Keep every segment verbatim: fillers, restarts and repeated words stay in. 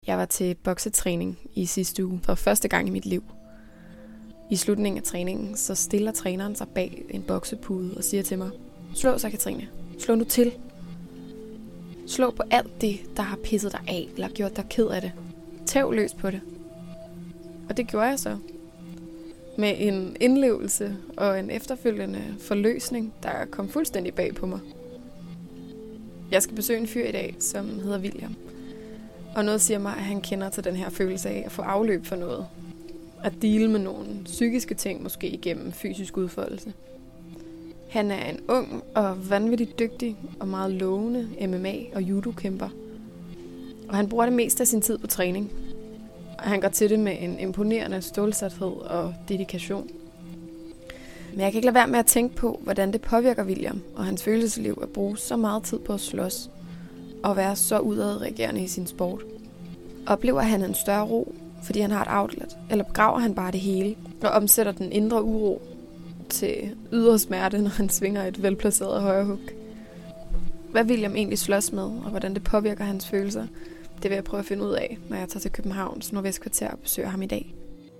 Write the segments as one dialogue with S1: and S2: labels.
S1: Jeg var til boksetræning i sidste uge for første gang i mit liv. I slutningen af træningen, så stiller træneren sig bag en boksepude og siger til mig: Slå så, Katrine. Slå nu til. Slå på alt det, der har pisset dig af, eller gjort dig ked af det. Tæv løs på det. Og det gjorde jeg så. Med en indlevelse og en efterfølgende forløsning, der kom fuldstændig bag på mig. Jeg skal besøge en fyr i dag, som hedder William. Og noget siger mig, at han kender til den her følelse af at få afløb for noget. At deale med nogle psykiske ting, måske igennem fysisk udfoldelse. Han er en ung og vanvittigt dygtig og meget lovende M M A- og judo-kæmper. Og han bruger det meste af sin tid på træning. Og han går til det med en imponerende stålsathed og dedikation. Men jeg kan ikke lade være med at tænke på, hvordan det påvirker William og hans følelsesliv at bruge så meget tid på at slås og være så udadreagerende i sin sport. Oplever han en større ro, fordi han har et outlet, eller begraver han bare det hele og omsætter den indre uro til ydre smerte, når han svinger et velplaceret højre hook? Hvad William egentlig slås med, og hvordan det påvirker hans følelser, det vil jeg prøve at finde ud af, når jeg tager til Københavns Nordvestkvarter og besøger ham i dag.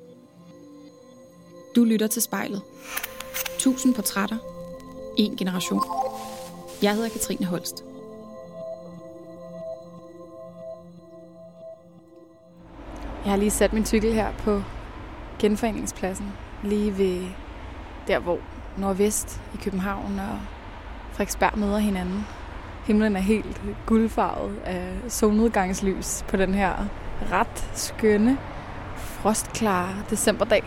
S2: Du lytter til Spejlet. Tusind portrætter. En generation. Jeg hedder Katrine Holst.
S1: Jeg har lige sat min cykel her på Genforeningspladsen, lige ved der, hvor Nordvest i København og Frederiksberg møder hinanden. Himlen er helt guldfarvet af solnedgangslys på den her ret skønne, frostklare decemberdag.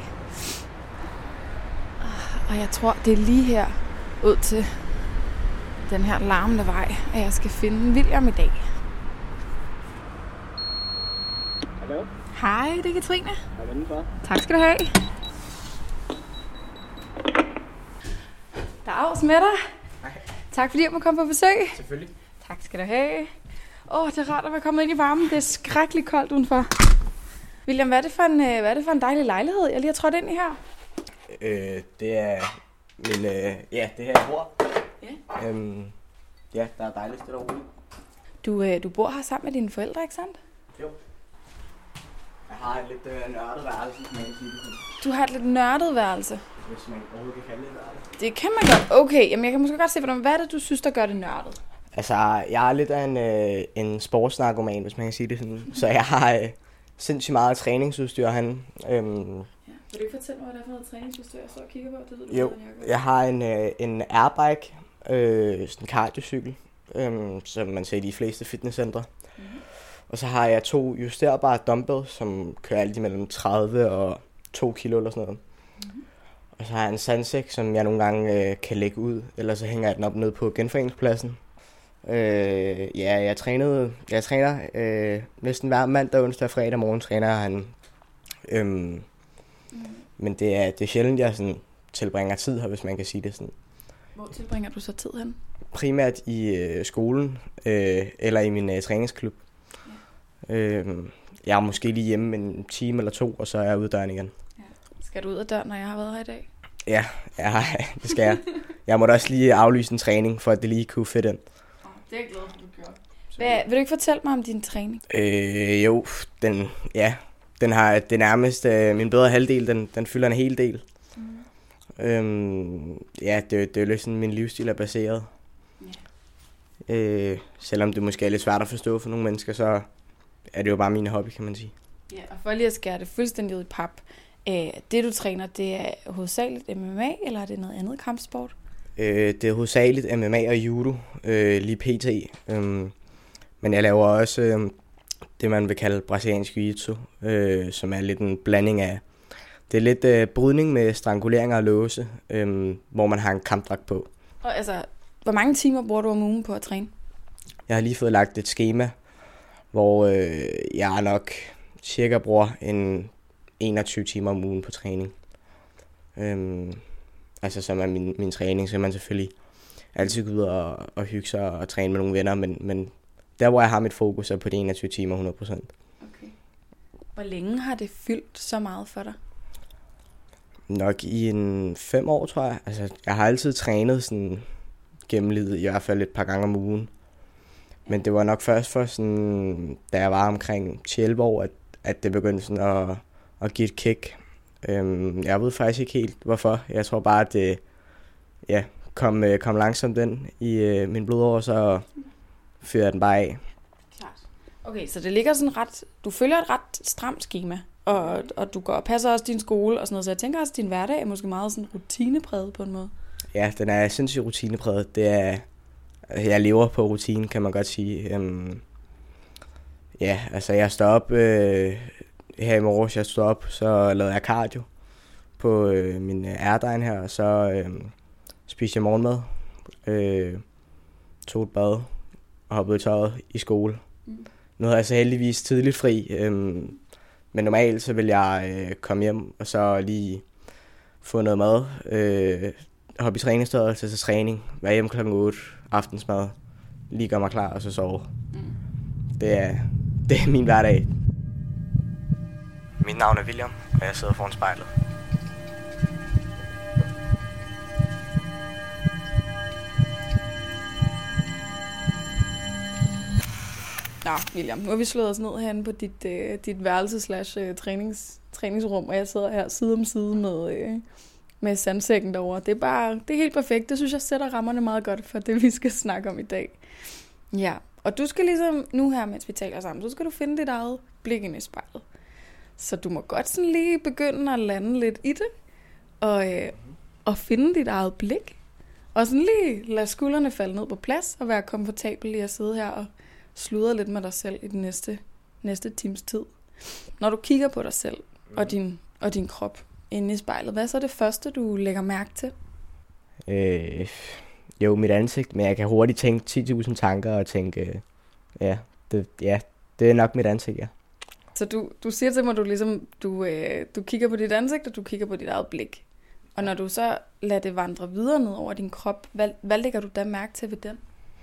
S1: Og jeg tror, det er lige her ud til den her larmende vej, at jeg skal finde William i dag.
S3: Hallo?
S1: Hej, det er Katrine.
S3: Hej, vendenfor.
S1: Tak skal du have. Dags med dig.
S3: Hej.
S1: Tak fordi jeg må komme på besøg.
S3: Selvfølgelig.
S1: Tak skal du have. Åh, oh, det er rart at være kommet ind i varmen. Det er skrækkeligt koldt udenfor. William, hvad er det for en, hvad er det for en dejlig lejlighed, jeg lige har trådt ind i her?
S3: Øh, det er min, øh, ja, det her jeg bor.
S1: Ja.
S3: Øhm, ja, der er dejligt stille og roligt.
S1: Du, øh, du bor her sammen med dine forældre, ikke sandt?
S3: Jo. Jeg har et lidt øh, nørdet værelse, hvis man kan sige det sådan.
S1: Du har et lidt nørdet værelse.
S3: Hvis man overhovedet kan kalde det et værelse.
S1: Det kan man godt. Okay, jamen jeg kan måske godt se, hvordan, hvad er det, du synes, der gør det nørdet?
S3: Altså, jeg er lidt af en, øh, en sportsnarkoman, hvis man kan sige det sådan. Så jeg har øh, sindssygt meget træningsudstyr herinde. Øhm,
S1: Ja. Vil du ikke fortælle mig, hvad det er for noget træningsudstyr, jeg står og kigger på? Det ved du
S3: jo,
S1: bedre, end jeg gør.
S3: jeg har en, øh, en airbike, øh, sådan en cardiocykel, øh, som man ser i de fleste fitnesscentre. Mm-hmm. Og så har jeg to justerbare dumbbells, som kører alt imellem tredive og to kilo eller sådan noget. Mm-hmm. Og så har jeg en sandsæk, som jeg nogle gange øh, kan lægge ud, eller så hænger jeg den op ned på Genforeningspladsen. Øh, ja, jeg trænede, jeg træner øh, næsten hver mandag, onsdag og fredag morgen træner jeg han. Øhm, mm. Men det er, det er sjældent, jeg sådan tilbringer tid her, hvis man kan sige det sådan.
S1: Hvor tilbringer du så tid hen?
S3: Primært i øh, skolen, øh, eller i min øh, træningsklub. Ja. Øh, jeg er måske lige hjemme en time eller to, og så er jeg ude af døren igen.
S1: Ja. Skal du ud af døren, når jeg har været her i dag?
S3: Ja, ja det skal jeg. Jeg måtte også lige aflyse en træning, for at det lige kunne fit ind.
S1: Oh, det er jeg glad for, du gjorde. Hvad, vil du ikke fortælle mig om din træning?
S3: Øh, jo, den, ja, den har det nærmest, øh, min bedre halvdel, den, den fylder en hel del. Mm. Øhm, ja, det, det er jo lidt sådan, min livsstil er baseret. Yeah. Øh, selvom det måske er lidt svært at forstå for nogle mennesker, så er det jo bare min hobby, kan man sige.
S1: Ja, og for lige at skære det fuldstændig ud i pap. Øh, det du træner, det er hovedsageligt M M A, eller er det noget andet kampsport?
S3: Øh, det er hovedsageligt M M A og judo, øh, lige pt. Øh, men jeg laver også øh, det, man vil kalde brasiliansk jiu-jitsu, øh, som er lidt en blanding af... Det er lidt øh, brydning med stranguleringer og låse, øh, hvor man har en kampdragt på.
S1: Og altså, hvor mange timer bruger du om ugen på at træne?
S3: Jeg har lige fået lagt et schema, hvor øh, jeg nok cirka bruger en enogtyve timer om ugen på træning. Øh, altså, som er min, min træning, så er man selvfølgelig altid gå ud og, og hygge sig og træne med nogle venner, men, men der, hvor jeg har mit fokus, er på de enogtyve timer hundrede procent.
S1: Okay. Hvor længe har det fyldt så meget for dig?
S3: Nok i en fem år, tror jeg. Altså, jeg har altid trænet sådan gennem livet, i hvert fald et par gange om ugen. Men det var nok først for sådan, da jeg var omkring ti elleve år, at, at det begyndte sådan at, at give et kick. Øhm, jeg ved faktisk ikke helt, hvorfor. Jeg tror bare, at det ja, kom, kom langsomt ind i øh, min blodår, så fører den bare af.
S1: Klart. Okay, så det ligger sådan ret... Du følger et ret stramt schema, og, og du går og passer også din skole og sådan noget, så jeg tænker også, at din hverdag er måske meget sådan rutinepræget på en måde.
S3: Ja, den er sindssygt rutinepræget. Det er... Jeg lever på rutinen, kan man godt sige. Um, ja, altså jeg står op øh, her i morges, jeg stod op, så lavede jeg cardio på øh, min airdyne her, og så øh, spiste jeg morgenmad, øh, tog et bad og hoppede i tøjet i skole. Mm. Nu havde jeg så heldigvis tidligt fri, øh, men normalt så vil jeg øh, komme hjem og så lige få noget mad, øh, hoppe i træningstøjet til, til træning, være hjemme klokken otte, aftensmad, lige gøre mig klar og så sove. Mm. Det, er, det er min hverdag. Mit navn er William, og jeg sidder foran spejlet.
S1: Nå, William, nu har vi slået os ned herinde på dit, øh, dit værelse slash øh, trænings, træningsrum, og jeg sidder her side om side med, øh, med sandsækken derovre. Det er bare, det er helt perfekt. Det synes jeg sætter rammerne meget godt for det, vi skal snakke om i dag. Ja, og du skal ligesom, nu her, mens vi taler sammen, så skal du finde dit eget blik ind i spejlet. Så du må godt sådan lige begynde at lande lidt i det, og, øh, og finde dit eget blik. Og sådan lige lade skuldrene falde ned på plads, og være komfortabel i at sidde her og sludre lidt med dig selv i den næste, næste times tid. Når du kigger på dig selv og din, og din krop inde i spejlet, hvad er så det første, du lægger mærke til?
S3: Øh, jo, mit ansigt, men jeg kan hurtigt tænke ti tusind tanker og tænke, øh, ja, det, ja, det er nok mit ansigt, ja.
S1: Så du, du siger til mig, at du, ligesom, du, øh, du kigger på dit ansigt, og du kigger på dit eget blik. Og når du så lader det vandre videre ned over din krop, hvad, hvad lægger du da mærke til ved den?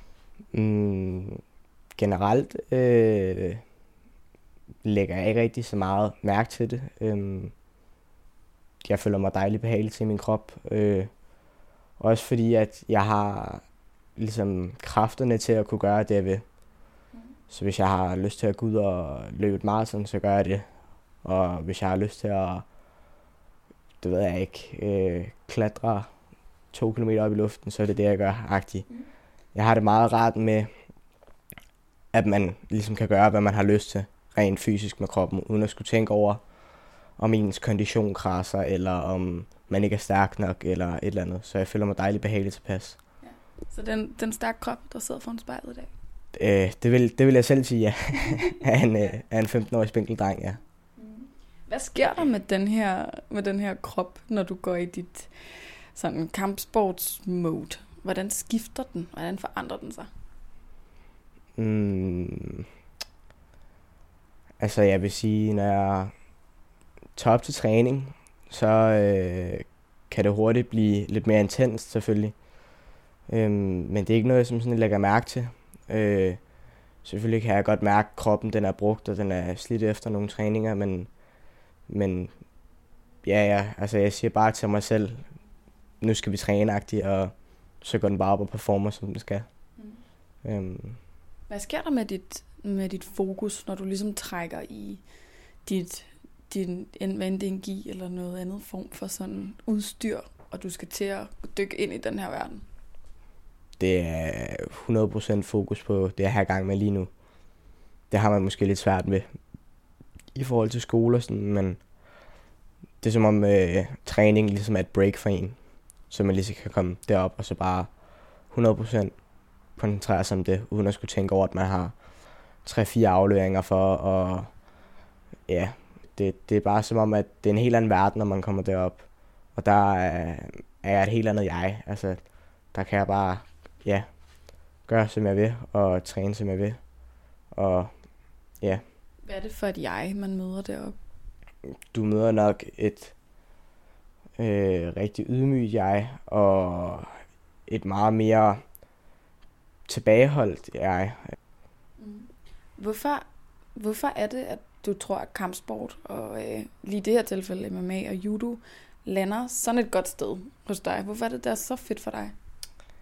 S3: Mm, generelt øh, lægger jeg ikke rigtig så meget mærke til det. Um, jeg føler mig dejligt behagelig til min krop. Øh, også fordi, at jeg har ligesom kræfterne til at kunne gøre det, jeg vil. Så hvis jeg har lyst til at gå ud og løbe et maraton, så gør jeg det. Og hvis jeg har lyst til at, det ved jeg ikke, øh, klatre to kilometer op i luften, så er det det, jeg gør, agtigt. Mm. Jeg har det meget rart med, at man ligesom kan gøre, hvad man har lyst til, rent fysisk med kroppen, uden at skulle tænke over, om ens kondition krasser, eller om man ikke er stærk nok, eller et eller andet. Så jeg føler mig dejligt behageligt tilpas.
S1: Ja. Så den, den stærke krop, der sidder foran spejlet i dag?
S3: Øh, det, vil, det vil jeg selv sige, ja. af en, øh, en femten-årig spinkeldreng, ja.
S1: Hvad sker der med den her, med den her krop, når du går i dit sådan kampsports-mode? Hvordan skifter den? Hvordan forandrer den sig?
S3: Mm, altså, jeg vil sige, når jeg tager op til træning, så øh, kan det hurtigt blive lidt mere intenst, selvfølgelig. Øhm, men det er ikke noget, som sådan lægger mærke til. Øh, selvfølgelig kan jeg godt mærke, at kroppen den er brugt, og den er slidt efter nogle træninger, men, men ja, ja, altså jeg siger bare til mig selv, nu skal vi træne-agtigt, og så går den bare op og performer, som den skal. Mm. Øhm.
S1: Hvad sker der med dit, med dit fokus, når du ligesom trækker i dit, din energi eller noget andet form for sådan udstyr, og du skal til at dykke ind i den her verden?
S3: Det er hundrede procent fokus på det, jeg har i gang med lige nu. Det har man måske lidt svært med i forhold til skole og sådan, men det er som om øh, træning ligesom er et break for en, så man lige kan komme derop og så bare hundrede procent koncentrere sig om det, uden at skulle tænke over, at man har tre-fire afleveringer for, og ja, det, det er bare som om, at det er en helt anden verden, når man kommer derop, og der er, er jeg et helt andet jeg, altså der kan jeg bare ja, gøre som jeg vil, og træne som jeg vil, og ja.
S1: Hvad er det for et jeg, man møder deroppe?
S3: Du møder nok et øh, rigtig ydmygt jeg, og et meget mere tilbageholdt jeg.
S1: Mm. Hvorfor, hvorfor er det, at du tror, at kampsport, og øh, lige i det her tilfælde M M A og judo, lander sådan et godt sted hos dig? Hvorfor er det, der er så fedt for dig?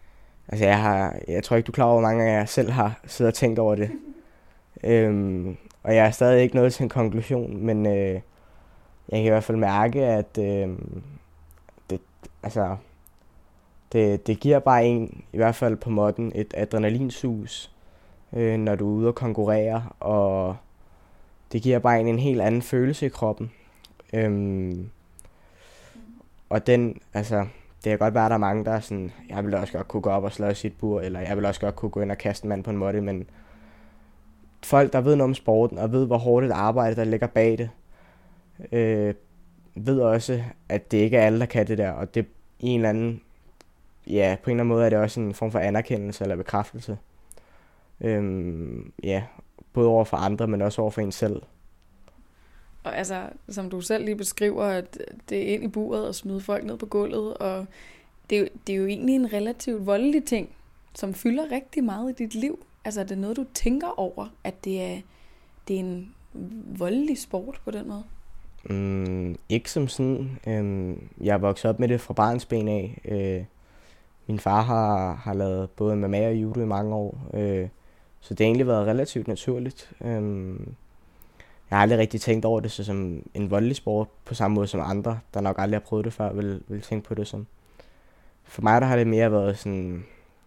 S3: Altså, jeg, har, jeg tror ikke, du er klar over, hvor mange af jer selv har siddet og tænkt over det. øhm, og jeg er stadig ikke nået til en konklusion, men øh, jeg kan i hvert fald mærke, at øh, det, altså, det, det giver bare en, i hvert fald på modden, et adrenalinsus, øh, når du er ude og konkurrere, og det giver bare en en helt anden følelse i kroppen. Øhm, og den, altså, det kan godt være, at der er mange, der er sådan, jeg vil også godt kunne gå op og slå sit bur, eller jeg vil også godt kunne gå ind og kaste en mand på en måtte, men folk, der ved noget om sporten, og ved, hvor hårdt et arbejde, der ligger bag det, øh, ved også, at det ikke er alle, der kan det der, og det i en eller anden, ja, på en eller anden måde er det også en form for anerkendelse eller bekræftelse. Øhm, ja, både over for andre, men også over for en selv.
S1: Og altså, som du selv lige beskriver, at det er ind i buret og smide folk ned på gulvet, og det er, jo, det er jo egentlig en relativt voldelig ting, som fylder rigtig meget i dit liv. Altså, det er noget, du tænker over, at det er, det er en voldelig sport på den måde?
S3: Mm, ikke som sådan. Øhm, jeg er vokset op med det fra barnsben af. Øh, min far har, har lavet både M M A og judo i mange år, øh, så det har egentlig været relativt naturligt. Øhm, Jeg har aldrig rigtig tænkt over det så som en voldelig sport, på samme måde som andre, der nok aldrig har prøvet det før, vil, vil tænke på det som. For mig der har det mere været sådan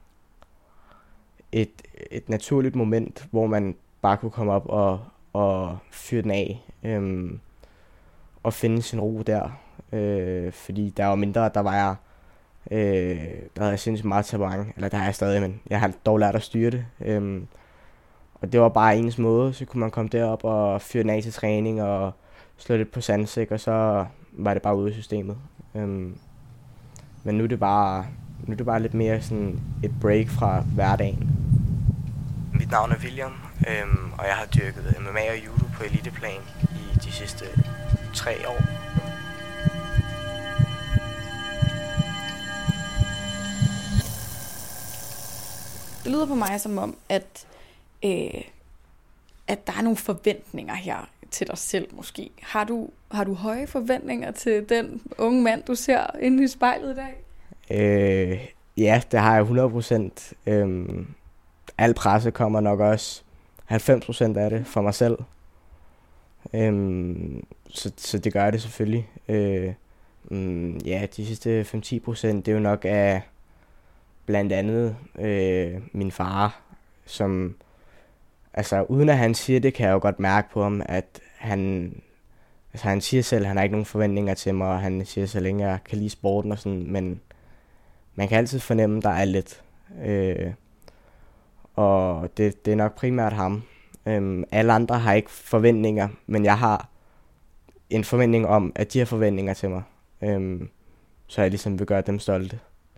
S3: et, et naturligt moment, hvor man bare kunne komme op og, og fyre den af, øhm, og finde sin ro der. Øh, fordi der var mindre, der var jeg, øh, der havde jeg sindssygt meget temperament, eller der har jeg stadig, men jeg har dog lært at styre det. Øhm, Og det var bare ens måde, så kunne man komme derop og fyre den af til træning og slå lidt på sandsæk, og så var det bare ude i systemet. Øhm, men nu er det bare, nu er det bare lidt mere sådan et break fra hverdagen. Mit navn er William, øhm, og jeg har dyrket M M A og judo på eliteplan i de sidste tre år.
S1: Det lyder på mig som om, at Øh, at der er nogle forventninger her til dig selv måske. Har du, har du høje forventninger til den unge mand, du ser inde i spejlet i dag?
S3: Øh, ja, det har jeg hundrede procent. Øhm, al presse kommer nok også halvfems procent af det for mig selv. Øhm, så, så det gør det selvfølgelig. Øh, mm, ja, de sidste fem til ti procent, det er jo nok af blandt andet øh, min far, som... Altså, uden at han siger det, kan jeg jo godt mærke på ham, at han, altså, han siger selv, at han har ikke nogen forventninger til mig, og han siger selv, at jeg kan lide sporten og sådan, men man kan altid fornemme, at der er lidt. Øh, og det, det er nok primært ham. Øh, alle andre har ikke forventninger, men jeg har en forventning om, at de har forventninger til mig, øh, så jeg ligesom vil gøre dem stolte.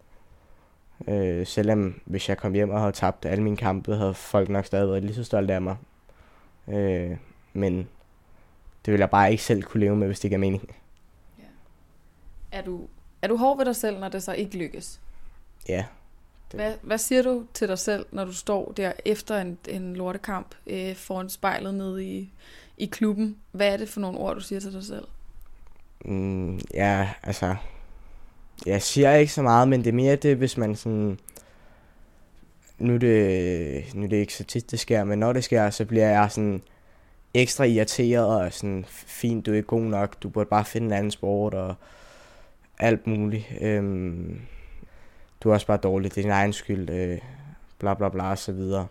S3: Øh, selvom hvis jeg kom hjem og havde tabt alle mine kampe, havde folk nok stadig været lige så stolte af mig. Øh, men det ville jeg bare ikke selv kunne leve med, hvis det ikke er meningen.
S1: Ja. Er du, er du hård ved dig selv, når det så ikke lykkes?
S3: Ja.
S1: Det. Hvad, hvad siger du til dig selv, når du står der efter en, en lortekamp øh, foran spejlet nede i, i klubben? Hvad er det for nogle ord, du siger til dig selv?
S3: Mm, ja, altså... Jeg siger ikke så meget, men det er mere det, hvis man sådan... Nu er det, nu er det ikke så tit, det sker, men når det sker, så bliver jeg sådan ekstra irriteret og sådan, fint, du er ikke god nok, du burde bare finde en anden sport og alt muligt. Øhm, du er også bare dårlig, det er din egen skyld, øh, bla bla bla og så videre.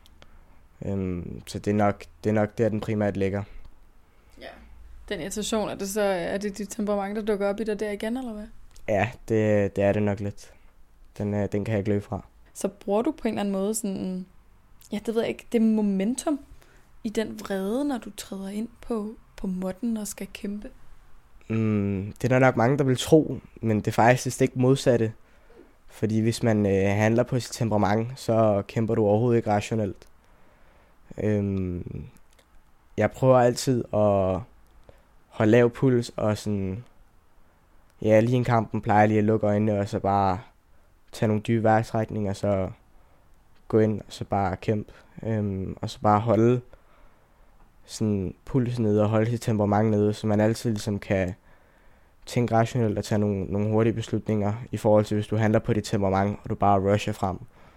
S3: Øhm, så det er, nok, det er nok der, den primært ligger.
S1: Ja. Den irritation, er det så er det dit temperament, der dukker op i dig der igen, eller hvad?
S3: Ja, det, det er det nok lidt. Den, den kan jeg ikke løbe fra.
S1: Så bruger du på en eller anden måde sådan, ja, det ved jeg ikke, det momentum i den vrede, når du træder ind på, på modden og skal kæmpe?
S3: Mm, det er der nok mange, der vil tro, men det er faktisk det stik modsatte. Fordi hvis man øh, handler på sit temperament, så kæmper du overhovedet ikke rationelt. Øhm, jeg prøver altid at holde lav puls og sådan... Ja, lige i en kampen plejer jeg lige at lukke øjnene, og så bare tage nogle dybe vejrtrækninger, og så gå ind, og så bare kæmpe. Øhm, og så bare holde sådan pulsen nede, og holde sit temperament nede, så man altid ligesom kan tænke rationelt og tage nogle, nogle hurtige beslutninger, i forhold til hvis du handler på dit temperament, og du bare rusher frem.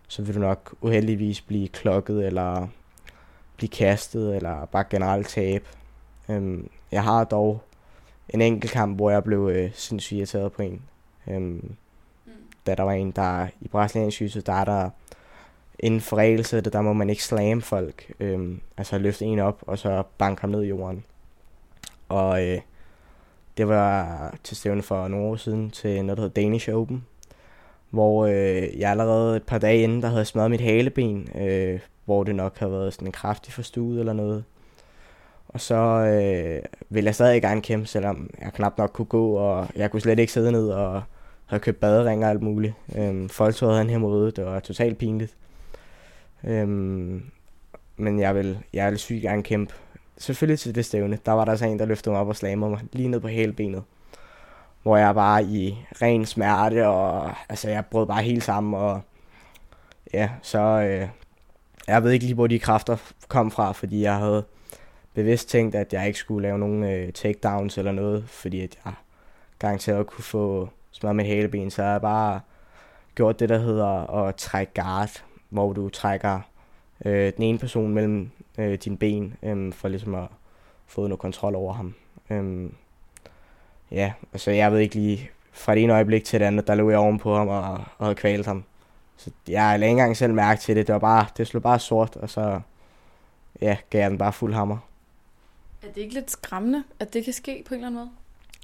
S3: så vil du nok uheldigvis blive klokket, eller blive kastet, eller bare generelt tabe. Øhm, jeg har dog en enkelt kamp, hvor jeg blev øh, sindssygt irriteret på en. Øhm, mm. Da der var en, der i brasiliansk jiu-jitsu, der er der inden for regelsættet, der må man ikke slamme folk. Øhm, altså løfte en op, og så banke ham ned i jorden. Og øh, det var til stævne for nogle år siden til noget, der hedder Danish Open, hvor øh, jeg allerede et par dage inden, der havde smadret mit haleben, øh, hvor det nok havde været sådan en kraftig forstuet eller noget. Og så øh, ville jeg stadig gerne kæmpe, selvom jeg knap nok kunne gå, og jeg kunne slet ikke sidde ned og havde købt baderinger og alt muligt. Øhm, folk havde han her mod, det var totalt pinligt. Øhm, men jeg ville, jeg ville sygt gerne kæmpe. Selvfølgelig til det stævne, der var der så en, der løftede mig op og slamede mig lige ned på hælbenet. Hvor jeg bare i ren smerte, og altså jeg brød bare helt sammen, og ja, så øh, jeg ved ikke lige, hvor de kræfter kom fra, fordi jeg havde bevidst tænkt, at jeg ikke skulle lave nogen øh, takedowns eller noget, fordi at jeg garanteret kunne få smadret mit hæleben, så jeg har bare gjort det, der hedder at trække guard, hvor du trækker øh, den ene person mellem øh, dine ben, øh, for ligesom at få noget kontrol over ham. Øh, ja, altså jeg ved ikke lige, fra det ene øjeblik til det andet, der lå jeg ovenpå ham og, og havde kvalet ham. Så jeg lagde ikke engang selv mærke til det, det var bare, det slog bare sort, og så ja, gav jeg den bare fuld hammer.
S1: Er det ikke lidt skræmmende, at det kan ske på en eller anden måde?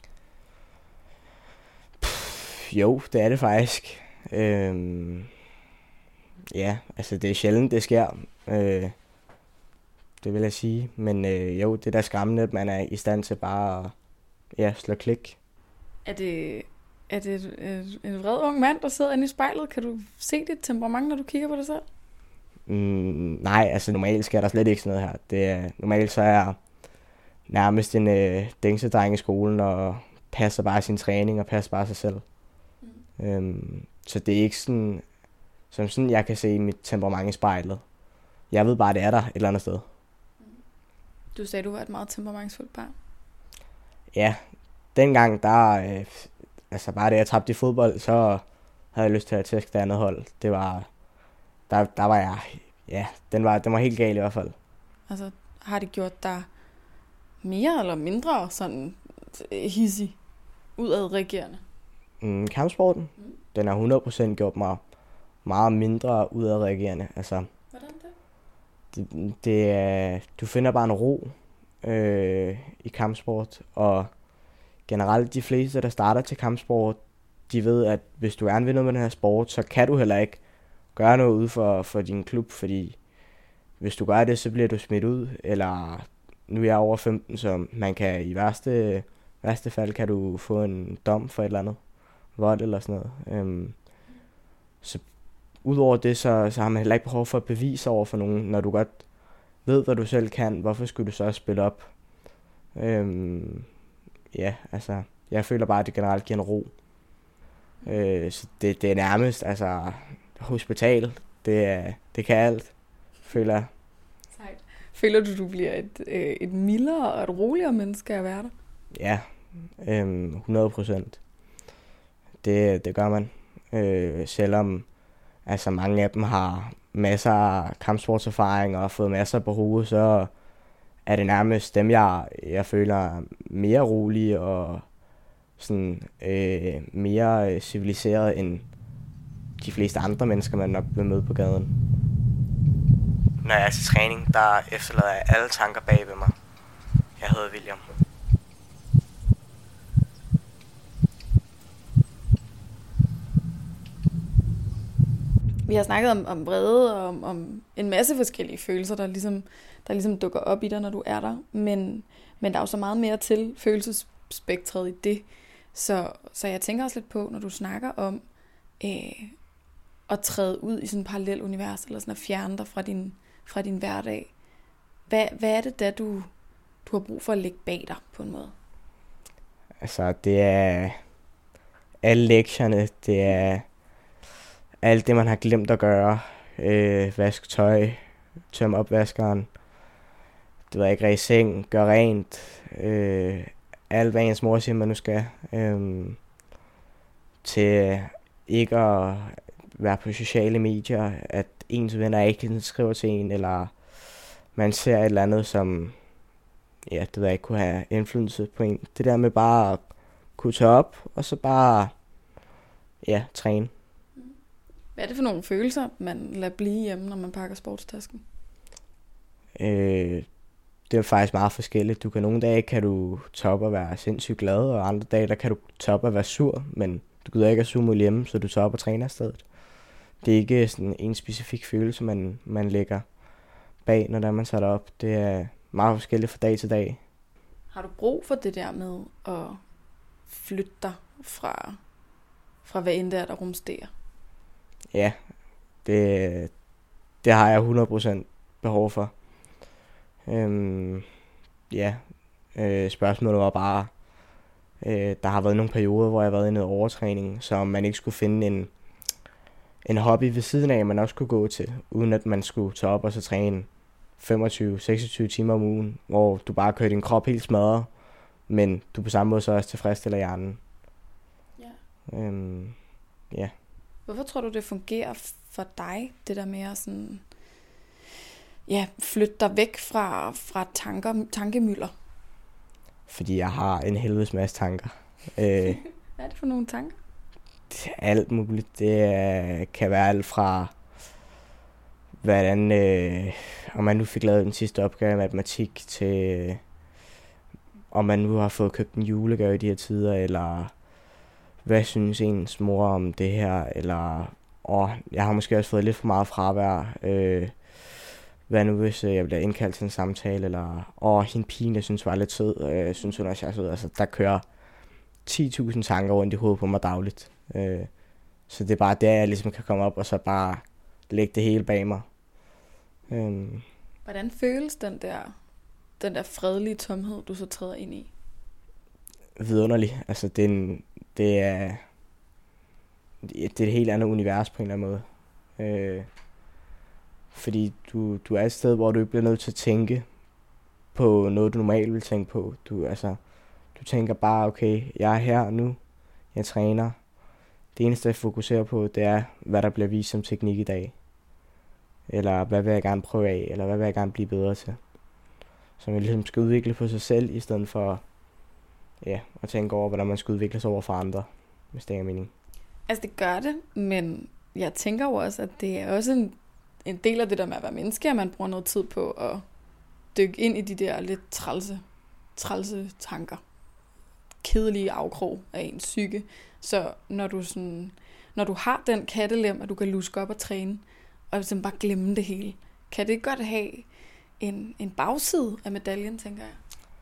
S3: Pff, jo, det er det faktisk. Øhm, ja, altså det er sjældent, det sker. Øh, det vil jeg sige. Men øh, jo, det er da skræmmende, at man er i stand til bare at ja, slå klik.
S1: Er det, er det et, et, en vred ung mand, der sidder inde i spejlet? Kan du se dit temperament, når du kigger på dig selv?
S3: Mm, nej, altså normalt sker der slet ikke sådan noget her. Det er, normalt så er jeg nærmest en øh, dængsedreng i skolen, og passer bare sin træning, og passer bare sig selv. Mm. Øhm, så det er ikke sådan, som sådan, jeg kan se mit temperament i spejlet. Jeg ved bare, det er der et eller andet sted.
S1: Mm. Du sagde, du var et meget temperamentsfuldt barn.
S3: Ja, dengang, der, øh, altså bare det, jeg tabte i fodbold, så havde jeg lyst til at tæske det andet hold. Det var, der, der var jeg, ja, den var, den var helt gal i hvert fald. Altså,
S1: har det gjort dig mere eller mindre sådan hissig, udadreagerende?
S3: Mm, kampsporten, mm. den har hundrede procent gjort mig meget mindre udadreagerende. Altså,
S1: hvordan det?
S3: Det, det er, du finder bare en ro øh, i kampsport, og generelt de fleste, der starter til kampsport, de ved, at hvis du gerne vil noget med den her sport, så kan du heller ikke gøre noget ude for, for din klub, fordi hvis du gør det, så bliver du smidt ud, eller nu er jeg over femten, så man kan i værste, værste fald, kan du få en dom for et eller andet vold eller sådan noget. Øhm, så udover det, så, så har man heller ikke behov for at bevise over for nogen, når du godt ved, hvad du selv kan. Hvorfor skulle du så spille op? Øhm, ja, altså, jeg føler bare, at det generelt giver en ro. Øh, så det, det er nærmest, altså, hospital, det, er, det kan alt, føler jeg.
S1: Føler du, du bliver et, øh, et mildere og et roligere menneske at være der?
S3: Ja, øhm, hundrede procent. Det, det gør man. Øh, selvom altså, mange af dem har masser af kampsportserfaring og har fået masser på hovedet, så er det nærmest dem, jeg, jeg føler mere rolige og sådan, øh, mere civiliseret end de fleste andre mennesker, man nok vil møde på gaden. Når jeg er til træning, der efterlader jeg alle tanker bag ved mig. Jeg hedder William.
S1: Vi har snakket om, om vrede og om, om en masse forskellige følelser, der ligesom, der ligesom dukker op i dig, når du er der. Men, men der er jo så meget mere til følelsesspektret i det. Så, så jeg tænker også lidt på, når du snakker om øh, at træde ud i sådan et parallelt univers, eller sådan at fjerne dig fra din, fra din hverdag. Hvad, hvad er det da, du, du har brug for at lægge bag dig på en måde?
S3: Altså, det er alle lektierne, det er alt det, man har glemt at gøre. Øh, vask tøj, tømme opvaskeren, det ved jeg ikke, ræse seng, gør rent, øh, alt hvad ens mor siger, man nu skal. Øh, til ikke at være på sociale medier, at ens venner ikke skriver til en, eller man ser et eller andet, som ja, det ved jeg ikke, kunne have indflydelse på en. Det der med bare at kunne tage op, og så bare ja, træne.
S1: Hvad er det for nogle følelser, man lader blive hjemme, når man pakker sportstasken?
S3: Øh, det er faktisk meget forskelligt. Du kan nogle dage kan du tage op og være sindssygt glad, og andre dage der kan du tage op og være sur, men du gider ikke at suge hjemme, så du tager op og træner i stedet. Det er ikke sådan en specifik følelse, man, man lægger bag, når man sætter op. Det er meget forskelligt fra dag til dag.
S1: Har du brug for det der med at flytte dig fra, fra hvad end det er, der rumsterer?
S3: Ja, det, det har jeg hundrede procent behov for. Øhm, ja, øh, spørgsmålet var bare, øh, der har været nogle perioder, hvor jeg har været i noget overtræning, så man ikke skulle finde en, en hobby ved siden af, man også skulle gå til, uden at man skulle tage op og så træne femogtyve til seksogtyve timer om ugen, hvor du bare kører din krop helt smadret, men du på samme måde så også tilfredsstiller hjernen.
S1: Ja.
S3: Øhm, ja.
S1: Hvorfor tror du, det fungerer for dig, det der med at sådan, ja, flytte dig væk fra, fra tanker, tankemylder?
S3: Fordi jeg har en helvedes masse tanker. øh,
S1: Hvad er det for nogle tanker?
S3: Alt muligt. Det er, kan være alt fra, hvordan, øh, om man nu fik lavet den sidste opgave i matematik, til øh, om man nu har fået købt en julegave i de her tider, eller hvad synes ens mor om det her, eller åh, jeg har måske også fået lidt for meget fravær. Øh, hvad nu hvis jeg bliver indkaldt til en samtale, eller åh, hende pigen, jeg synes var lidt sød, jeg synes hun også er sød. Altså, der kører ti tusind tanker rundt i hovedet på mig dagligt. Øh, så det er bare der, jeg ligesom kan komme op, og så bare lægge det hele bag mig. Øh.
S1: Hvordan føles den der, den der fredelige tomhed, du så træder ind i?
S3: Vidunderlig. Altså, det er, en, det er, det er et helt andet univers på en eller anden måde. Øh, fordi du, du er et sted, hvor du ikke bliver nødt til at tænke på noget, du normalt vil tænke på. Du, altså, du tænker bare, okay, jeg er her nu, jeg træner. Det eneste, jeg fokuserer på, det er, hvad der bliver vist som teknik i dag. Eller hvad vil jeg gerne prøve af, eller hvad vil jeg gerne blive bedre til. Så man ligesom skal udvikle på sig selv, i stedet for ja, at tænke over, hvordan man skal udvikle sig over for andre, hvis det er mening.
S1: Altså det gør det, men jeg tænker jo også, at det er også en, en del af det der med at være menneske, at man bruger noget tid på at dykke ind i de der lidt trælse, trælse tanker. Kedelige afkrog af ens psyke. Så når du, sådan, når du har den kattelem, at du kan luske op og træne, og ligesom bare glemme det hele, kan det godt have en, en bagside af medaljen, tænker jeg?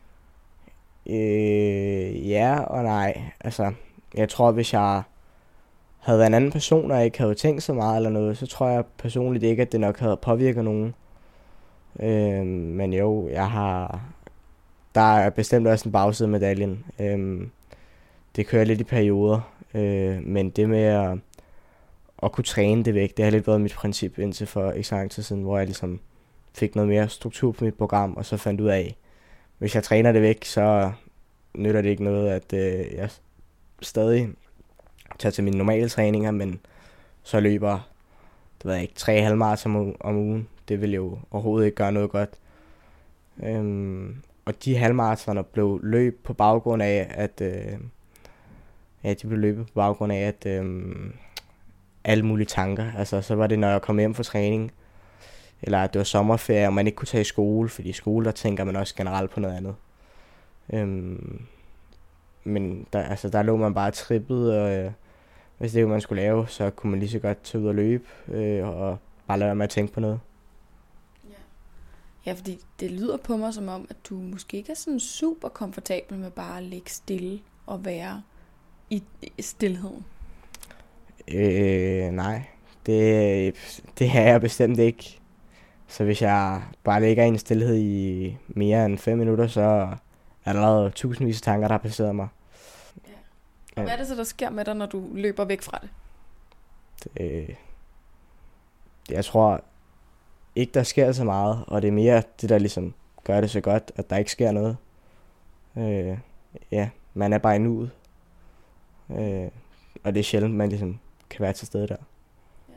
S3: Øh, ja og nej. Altså, jeg tror, hvis jeg havde været en anden person, og ikke havde tænkt så meget eller noget, så tror jeg personligt ikke, at det nok havde påvirket nogen. Øh, men jo, jeg har... Der er bestemt også en bagside af medaljen. Øh, det kører lidt i perioder, øh, men det med at, at kunne træne det væk, det har lidt været mit princip indtil for ikke så lang tid siden, hvor jeg ligesom fik noget mere struktur på mit program, og så fandt ud af, hvis jeg træner det væk, så nytter det ikke noget, at øh, jeg stadig tager til mine normale træninger, men så løber, det ved jeg ikke, tre halvmarathon om, om ugen. Det vil jo overhovedet ikke gøre noget godt. Øhm, og de halvmaratoner blev løb på baggrund af, at øh, ja, de blev løbet på baggrund af, at øh, alle mulige tanker. Altså, så var det, når jeg kom hjem fra træning, eller at det var sommerferie, og man ikke kunne tage i skole, fordi i skole, der tænker man også generelt på noget andet. Øhm, men der, altså, der lå man bare trippet, og øh, hvis det var, man skulle lave, så kunne man lige så godt tage ud og løbe, øh, og bare lade være med at tænke på noget.
S1: Ja. Ja, fordi det lyder på mig som om, at du måske ikke er sådan super komfortabel med bare at ligge stille og være i stilheden.
S3: Øh, nej, det, det er jeg bestemt ikke. Så hvis jeg bare ligger i en stillhed i mere end fem minutter, så er der allerede tusindvis af tanker, der har passeret mig.
S1: Ja. Og hvad er det så, der sker med dig, når du løber væk fra det?
S3: det jeg tror ikke, der sker så meget, og det er mere det, der ligesom gør det så godt, at der ikke sker noget. Øh, ja, man er bare i nuet. Øh, og det er sjældent, man ligesom kan være til stede der.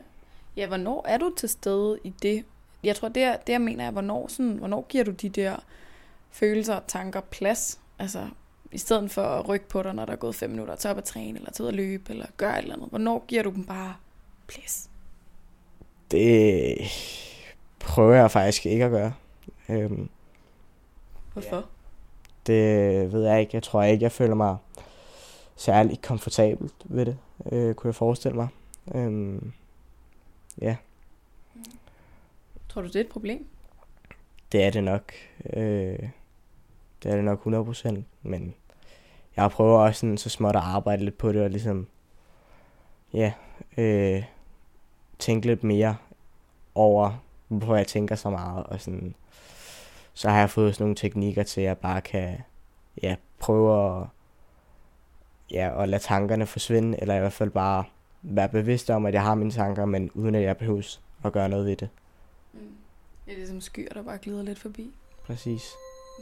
S1: Ja, hvornår er du til stede i det? Jeg tror, det, er, det jeg mener er, hvornår, sådan, hvornår giver du de der følelser og tanker plads? Altså, i stedet for at rykke på dig, når der er gået fem minutter, tage op at træne, eller tage ud at løbe, eller gøre et eller andet. Hvornår giver du dem bare plads?
S3: Det prøver jeg faktisk ikke at gøre. Øhm,
S1: Hvorfor?
S3: Det ved jeg ikke. Jeg tror ikke, jeg føler mig særlig komfortabelt ved det, øh, kunne jeg forestille mig. Øhm, ja.
S1: Tror du, det er et problem?
S3: Det er det nok. Øh, det er det nok hundrede procent, men jeg prøver også sådan, så småt at arbejde lidt på det, og ligesom, ja, øh, tænke lidt mere over, hvorfor jeg tænker så meget, og sådan, så har jeg fået sådan nogle teknikker til, at jeg bare kan, ja, prøve at, ja, at lade tankerne forsvinde, eller i hvert fald bare være bevidst om, at jeg har mine tanker, men uden at jeg behøver at gøre noget ved det.
S1: Mm. Ja, det er som skyer, der bare glider lidt forbi.
S3: Præcis.
S1: Mm.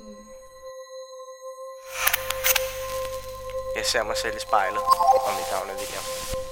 S3: Jeg ser mig selv i spejlet, og mit navn er William.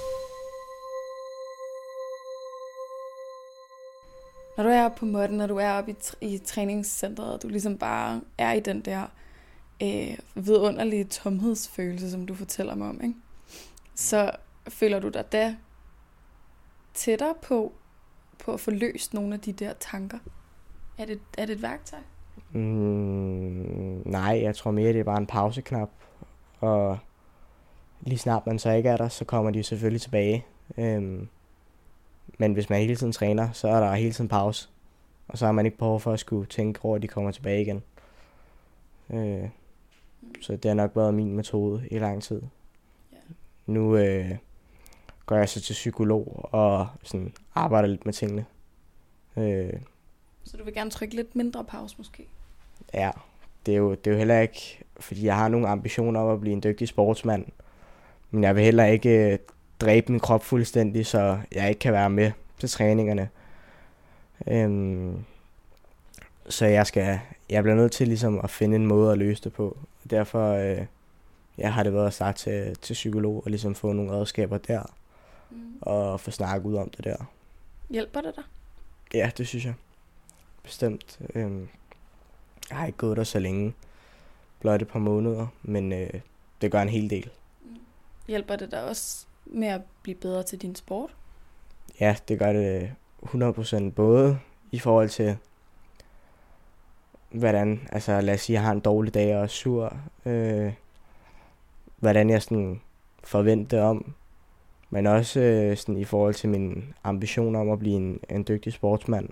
S1: Når du er oppe på måtten, når du er oppe i, tr- i træningscenteret, og du ligesom bare er i den der øh, vidunderlige tomhedsfølelse, som du fortæller mig om, ikke? Så føler du dig da tættere på, på at få løst nogle af de der tanker? Er det, er det et værktøj?
S3: Mm, nej, jeg tror mere, det er bare en pauseknap. Og lige snart man så ikke er der, så kommer de selvfølgelig tilbage. Øhm, men hvis man hele tiden træner, så er der hele tiden pause. Og så har man ikke behov for at skulle tænke over, at de kommer tilbage igen. Øh, så det har nok været min metode i lang tid.
S1: Ja.
S3: Nu øh, går jeg så til psykolog og sådan arbejder lidt med tingene. Øh,
S1: Så du vil gerne trykke lidt mindre pause måske?
S3: Ja, det er, jo, det er jo heller ikke, fordi jeg har nogle ambitioner om at blive en dygtig sportsmand. Men jeg vil heller ikke øh, dræbe min krop fuldstændig, så jeg ikke kan være med til træningerne. Øhm, så jeg skal, jeg bliver nødt til ligesom at finde en måde at løse det på. Derfor øh, jeg har det været at starte til, til psykolog og ligesom få nogle redskaber der. Mm. Og få snakket ud om det der.
S1: Hjælper det dig?
S3: Ja, det synes jeg. Bestemt. Øhm, jeg har ikke gået der så længe. Blot et par måneder, men øh, det gør en hel del.
S1: Mm. Hjælper det dig også med at blive bedre til din sport?
S3: Ja, det gør det hundrede procent. Både i forhold til, hvordan, altså lad os sige, jeg har en dårlig dag og er sur. Øh, hvordan jeg sådan forventer om. Men også øh, sådan i forhold til min ambition om at blive en, en dygtig sportsmand.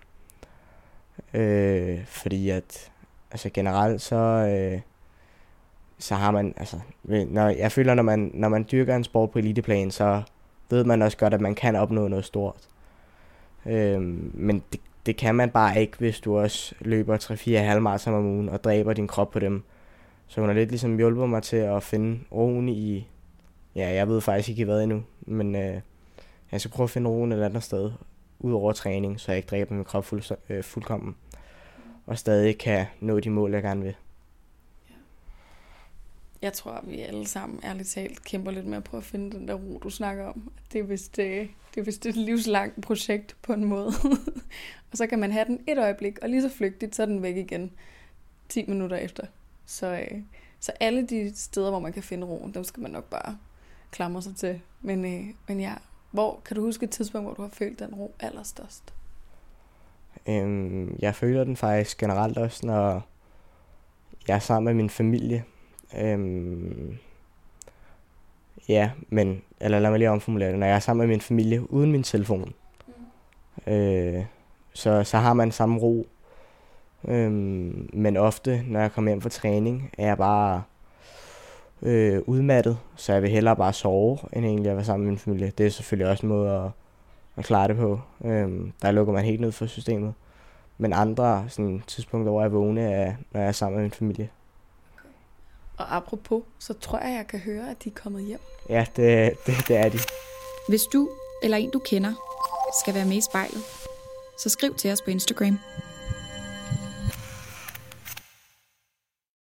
S3: Øh, fordi at altså generelt så øh, så har man altså når jeg føler når man når man dyrker en sport på eliteplan, så ved man også godt at man kan opnå noget stort. Øh, men det, det kan man bare ikke, hvis du også løber tre fire halvmarathon om ugen og dræber din krop på dem. Så hun har lidt ligesom hjulpet mig til at finde roen i, ja, jeg ved faktisk ikke hvad endnu, men øh, jeg skal prøve at finde roen et andet sted ud over træning, så jeg ikke dræber min krop fuld, øh, fuldkommen. Og stadig kan nå de mål, jeg gerne vil.
S1: Ja. Jeg tror, at vi alle sammen ærligt talt kæmper lidt med at prøve at finde den der ro, du snakker om. Det er vist, det, det er vist et livslangt projekt på en måde. Og så kan man have den et øjeblik, og lige så flygtigt, så er den væk igen ti minutter efter. Så, øh, så alle de steder, hvor man kan finde roen, dem skal man nok bare klamre sig til. Men, øh, men ja, hvor kan du huske et tidspunkt, hvor du har følt den ro allerstørst?
S3: Øhm, jeg føler den faktisk generelt også, når jeg er sammen med min familie. Øhm, ja, men, eller lad mig lige omformulere det. Når jeg er sammen med min familie uden min telefon, mm. øh, så, så har man samme ro. Øhm, men ofte, når jeg kommer hjem fra træning, er jeg bare øh, udmattet, så jeg vil hellere bare sove, end egentlig at være sammen med min familie. Det er selvfølgelig også en måde at at klare det på. Øhm, der lukker man helt ned for systemet. Men andre sådan, tidspunkter, hvor jeg vågne, er, når jeg er sammen med min familie.
S1: Okay. Og apropos, så tror jeg, jeg kan høre, at de er kommet hjem.
S3: Ja, det, det, det er de.
S2: Hvis du eller en, du kender, skal være med i spejlet, så skriv til os på Instagram.